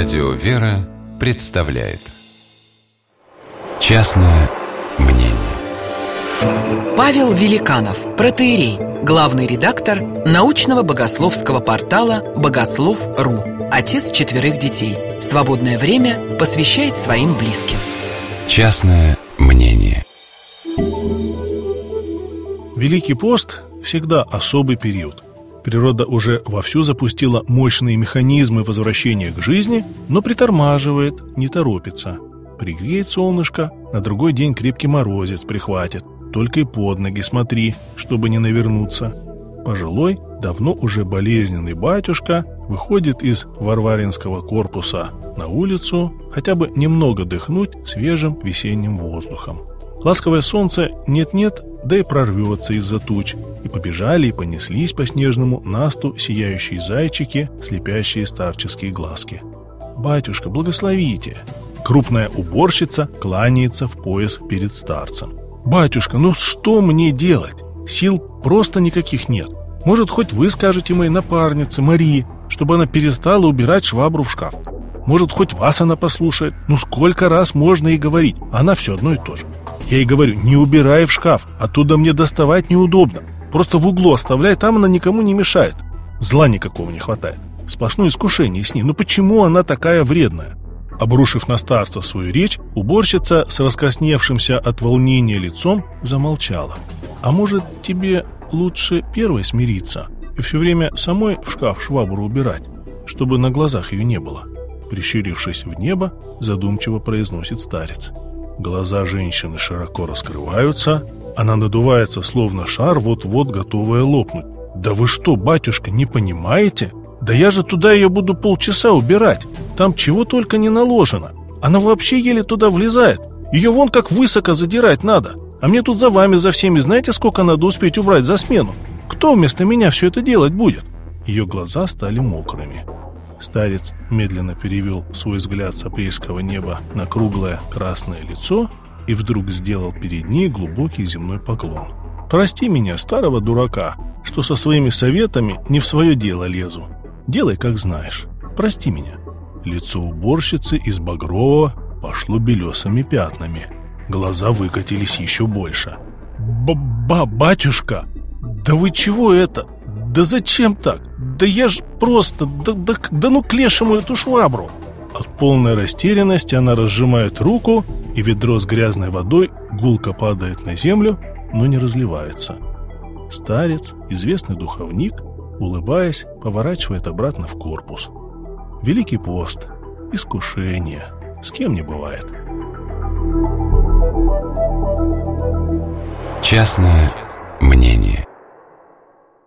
Радио «Вера» представляет «Частное мнение». Павел Великанов, протоиерей, главный редактор научного богословского портала «Богослов.ру», отец 4 детей. Свободное время посвящает своим близким. Частное мнение. Великий пост всегда особый период. Природа уже вовсю запустила мощные механизмы возвращения к жизни, но притормаживает, не торопится. Пригреет солнышко, на другой день крепкий морозец прихватит. Только и под ноги смотри, чтобы не навернуться. Пожилой, давно уже болезненный батюшка выходит из Варваринского корпуса на улицу хотя бы немного дыхнуть свежим весенним воздухом. Ласковое солнце нет-нет, да и прорвется из-за туч, и побежали и понеслись по снежному насту сияющие зайчики, слепящие старческие глазки. «Батюшка, благословите!» Крупная уборщица кланяется в пояс перед старцем. «Батюшка, ну что мне делать? Сил просто никаких нет. Может, хоть вы скажете моей напарнице Марии, чтобы она перестала убирать швабру в шкаф? Может, хоть вас она послушает? Ну сколько раз можно ей говорить? Она все одно и то же. Я ей говорю, не убирай в шкаф, оттуда мне доставать неудобно. Просто в углу оставляй, там она никому не мешает. Зла никакого не хватает. Сплошное искушение с ней. Ну почему она такая вредная?» Обрушив на старца свою речь, уборщица с раскрасневшимся от волнения лицом замолчала. «А может, тебе лучше первой смириться и все время самой в шкаф швабру убирать, чтобы на глазах ее не было?» Прищурившись в небо, задумчиво произносит старец. Глаза женщины широко раскрываются, она надувается, словно шар, вот-вот готовая лопнуть. «Да вы что, батюшка, не понимаете? Да я же туда ее буду полчаса убирать. Там чего только не наложено. Она вообще еле туда влезает. Ее вон как высоко задирать надо. А мне тут за вами, за всеми, знаете, сколько надо успеть убрать за смену? Кто вместо меня все это делать будет?» Ее глаза стали мокрыми. Старец медленно перевел свой взгляд с апрельского неба на круглое красное лицо и вдруг сделал перед ней глубокий земной поклон. «Прости меня, старого дурака, что со своими советами не в свое дело лезу. Делай, как знаешь. Прости меня». Лицо уборщицы из багрового пошло белесыми пятнами. Глаза выкатились еще больше. «Батюшка, да вы чего это? Да зачем так? Да я ж просто... Да ну к лешему эту швабру!» От полной растерянности она разжимает руку, и ведро с грязной водой гулко падает на землю, но не разливается. Старец, известный духовник, улыбаясь, поворачивает обратно в корпус. Великий пост, искушение, с кем не бывает. Частное мнение.